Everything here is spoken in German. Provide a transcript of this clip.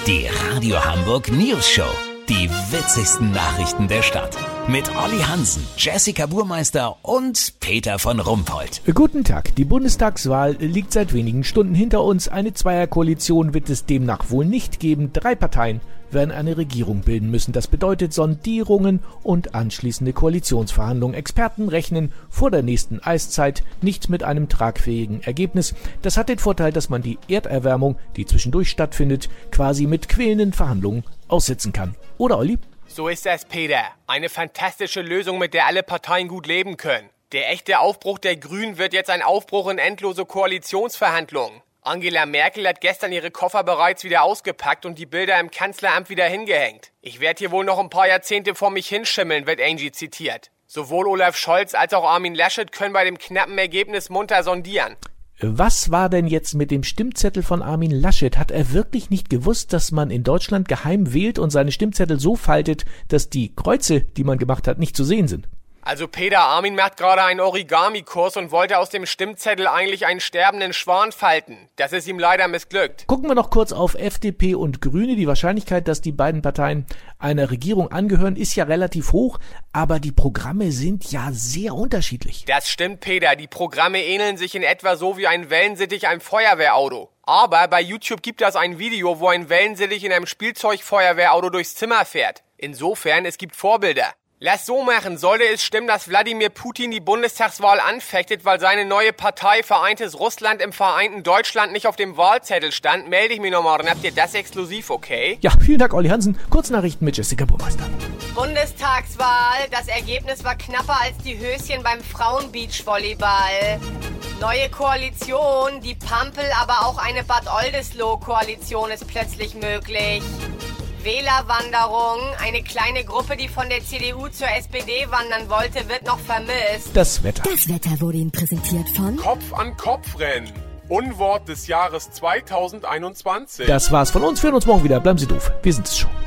Die Radio Hamburg News Show. Die witzigsten Nachrichten der Stadt. Mit Olli Hansen, Jessica Burmeister und Peter von Rumpold. Guten Tag. Die Bundestagswahl liegt seit wenigen Stunden hinter uns. Eine Zweierkoalition wird es demnach wohl nicht geben. 3 Parteien werden eine Regierung bilden müssen. Das bedeutet Sondierungen und anschließende Koalitionsverhandlungen. Experten rechnen vor der nächsten Eiszeit nicht mit einem tragfähigen Ergebnis. Das hat den Vorteil, dass man die Erderwärmung, die zwischendurch stattfindet, quasi mit quälenden Verhandlungen aussitzen kann. Oder, Olli? So ist das, Peter. Eine fantastische Lösung, mit der alle Parteien gut leben können. Der echte Aufbruch der Grünen wird jetzt ein Aufbruch in endlose Koalitionsverhandlungen. Angela Merkel hat gestern ihre Koffer bereits wieder ausgepackt und die Bilder im Kanzleramt wieder hingehängt. Ich werde hier wohl noch ein paar Jahrzehnte vor mich hinschimmeln, wird Angie zitiert. Sowohl Olaf Scholz als auch Armin Laschet können bei dem knappen Ergebnis munter sondieren. Was war denn jetzt mit dem Stimmzettel von Armin Laschet? Hat er wirklich nicht gewusst, dass man in Deutschland geheim wählt und seine Stimmzettel so faltet, dass die Kreuze, die man gemacht hat, nicht zu sehen sind? Also Peter, Armin macht gerade einen Origami-Kurs und wollte aus dem Stimmzettel eigentlich einen sterbenden Schwan falten. Das ist ihm leider missglückt. Gucken wir noch kurz auf FDP und Grüne. Die Wahrscheinlichkeit, dass die beiden Parteien einer Regierung angehören, ist ja relativ hoch, aber die Programme sind ja sehr unterschiedlich. Das stimmt, Peter. Die Programme ähneln sich in etwa so wie ein Wellensittich einem Feuerwehrauto. Aber bei YouTube gibt es ein Video, wo ein Wellensittich in einem Spielzeugfeuerwehrauto durchs Zimmer fährt. Insofern, es gibt Vorbilder. Lass so machen, sollte es stimmen, dass Wladimir Putin die Bundestagswahl anfechtet, weil seine neue Partei Vereintes Russland im vereinten Deutschland nicht auf dem Wahlzettel stand, melde ich mich nochmal, dann habt ihr das exklusiv, okay? Ja, vielen Dank, Olli Hansen. Kurznachrichten mit Jessica Burmeister. Bundestagswahl, das Ergebnis war knapper als die Höschen beim Frauen-Beachvolleyball. Neue Koalition, die Pampel, aber auch eine Bad Oldesloe-Koalition ist plötzlich möglich. Wählerwanderung. Eine kleine Gruppe, die von der CDU zur SPD wandern wollte, wird noch vermisst. Das Wetter. Das Wetter wurde Ihnen präsentiert von Kopf-an-Kopf-Rennen. Unwort des Jahres 2021. Das war's von uns. Wir hören uns morgen wieder. Bleiben Sie doof. Wir sind es schon.